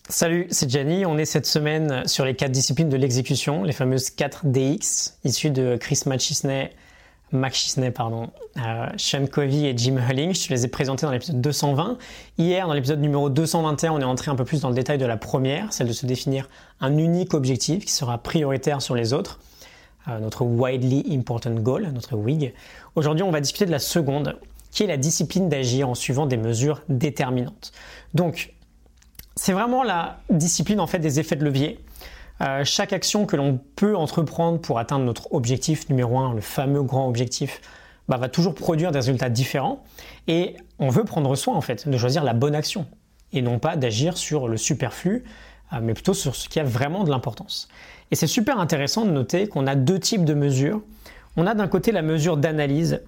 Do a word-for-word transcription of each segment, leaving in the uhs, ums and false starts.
Salut, c'est Gianni. On est cette semaine sur les quatre disciplines de l'exécution, les fameuses quatre D X, issues de Chris McChesney, McChesney, pardon, euh, Sean Covey et Jim Hulling. Je te les ai présentées dans l'épisode deux cent vingt. Hier, dans l'épisode numéro deux cent vingt et un, on est entré un peu plus dans le détail de la première, celle de se définir un unique objectif qui sera prioritaire sur les autres, euh, notre Widely Important Goal, notre W I G. Aujourd'hui, on va discuter de la seconde, qui est la discipline d'agir en suivant des mesures déterminantes. Donc, c'est vraiment la discipline en fait des effets de levier. Euh, chaque action que l'on peut entreprendre pour atteindre notre objectif numéro un, le fameux grand objectif, bah, va toujours produire des résultats différents. Et on veut prendre soin en fait de choisir la bonne action et non pas d'agir sur le superflu, euh, mais plutôt sur ce qui a vraiment de l'importance. Et c'est super intéressant de noter qu'on a deux types de mesures. On a d'un côté la mesure d'analyse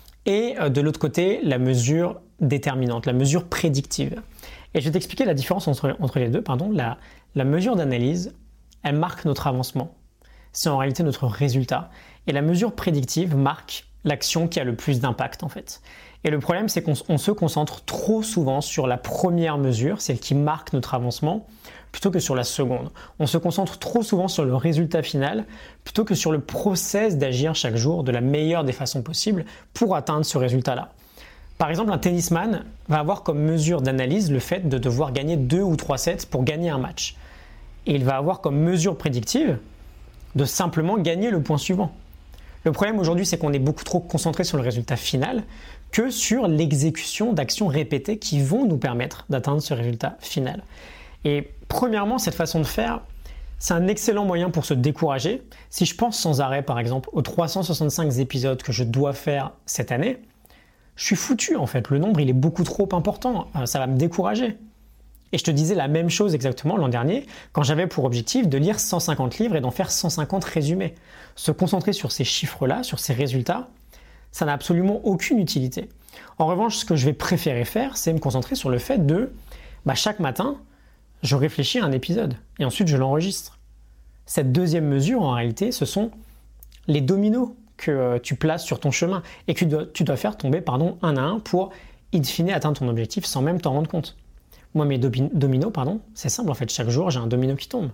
et euh, de l'autre côté la mesure déterminante, la mesure prédictive. Et je vais t'expliquer la différence entre, entre les deux. Pardon. La, la mesure d'analyse, elle marque notre avancement. C'est en réalité notre résultat. Et la mesure prédictive marque l'action qui a le plus d'impact en fait. Et le problème, c'est qu'on on se concentre trop souvent sur la première mesure, celle qui marque notre avancement, plutôt que sur la seconde. On se concentre trop souvent sur le résultat final, plutôt que sur le process d'agir chaque jour de la meilleure des façons possibles pour atteindre ce résultat-là. Par exemple, un tennisman va avoir comme mesure d'analyse le fait de devoir gagner deux ou trois sets pour gagner un match. Et il va avoir comme mesure prédictive de simplement gagner le point suivant. Le problème aujourd'hui, c'est qu'on est beaucoup trop concentré sur le résultat final que sur l'exécution d'actions répétées qui vont nous permettre d'atteindre ce résultat final. Et premièrement, cette façon de faire, c'est un excellent moyen pour se décourager. Si je pense sans arrêt, par exemple, aux trois cent soixante-cinq épisodes que je dois faire cette année, je suis foutu en fait, le nombre il est beaucoup trop important, ça va me décourager. Et je te disais la même chose exactement l'an dernier, quand j'avais pour objectif de lire cent cinquante livres et d'en faire cent cinquante résumés. Se concentrer sur ces chiffres-là, sur ces résultats, ça n'a absolument aucune utilité. En revanche, ce que je vais préférer faire, c'est me concentrer sur le fait de, bah, chaque matin, je réfléchis à un épisode et ensuite je l'enregistre. Cette deuxième mesure, en réalité, ce sont les dominos que tu places sur ton chemin et que tu dois, tu dois faire tomber pardon, un à un pour, in fine, atteindre ton objectif sans même t'en rendre compte. Moi, mes domi- dominos, pardon, c'est simple en fait. Chaque jour, j'ai un domino qui tombe.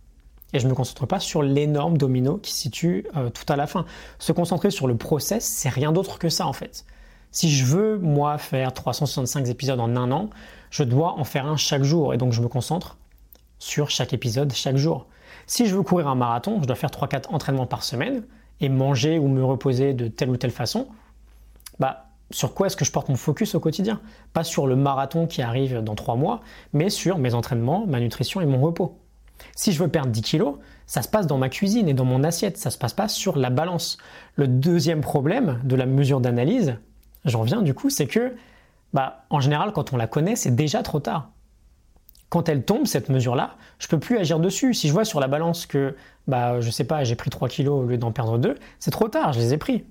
Et je ne me concentre pas sur l'énorme domino qui se situe euh, tout à la fin. Se concentrer sur le process, c'est rien d'autre que ça en fait. Si je veux, moi, faire trois cent soixante-cinq épisodes en un an, je dois en faire un chaque jour. Et donc, je me concentre sur chaque épisode chaque jour. Si je veux courir un marathon, je dois faire trois à quatre entraînements par semaine et manger ou me reposer de telle ou telle façon, bah, sur quoi est-ce que je porte mon focus au quotidien? Pas sur le marathon qui arrive dans trois mois, mais sur mes entraînements, ma nutrition et mon repos. Si je veux perdre dix kilos, ça se passe dans ma cuisine et dans mon assiette, ça ne se passe pas sur la balance. Le deuxième problème de la mesure d'analyse, j'en viens du coup, c'est que, bah, en général, quand on la connaît, c'est déjà trop tard. Quand elle tombe, cette mesure-là, je ne peux plus agir dessus. Si je vois sur la balance que, bah, je sais pas, j'ai pris trois kilos au lieu d'en perdre deux, c'est trop tard, je les ai pris.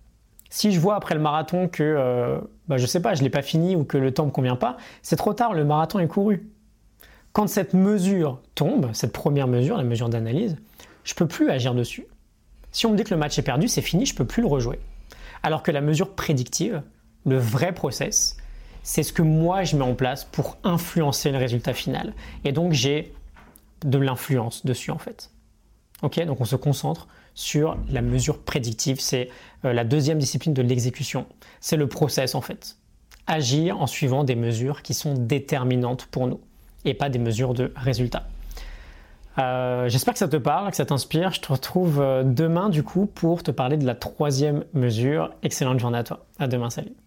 Si je vois après le marathon que, euh, bah, je sais pas, je l'ai pas fini ou que le temps me convient pas, c'est trop tard, le marathon est couru. Quand cette mesure tombe, cette première mesure, la mesure d'analyse, je peux plus agir dessus. Si on me dit que le match est perdu, c'est fini, je peux plus le rejouer. Alors que la mesure prédictive, le vrai process, c'est ce que moi je mets en place pour influencer le résultat final. Et donc j'ai de l'influence dessus en fait. Ok, donc on se concentre sur la mesure prédictive. C'est euh, la deuxième discipline de l'exécution. C'est le process en fait. Agir en suivant des mesures qui sont déterminantes pour nous et pas des mesures de résultat. Euh, j'espère que ça te parle, que ça t'inspire. Je te retrouve demain du coup pour te parler de la troisième mesure. Excellente journée à toi. À demain, salut.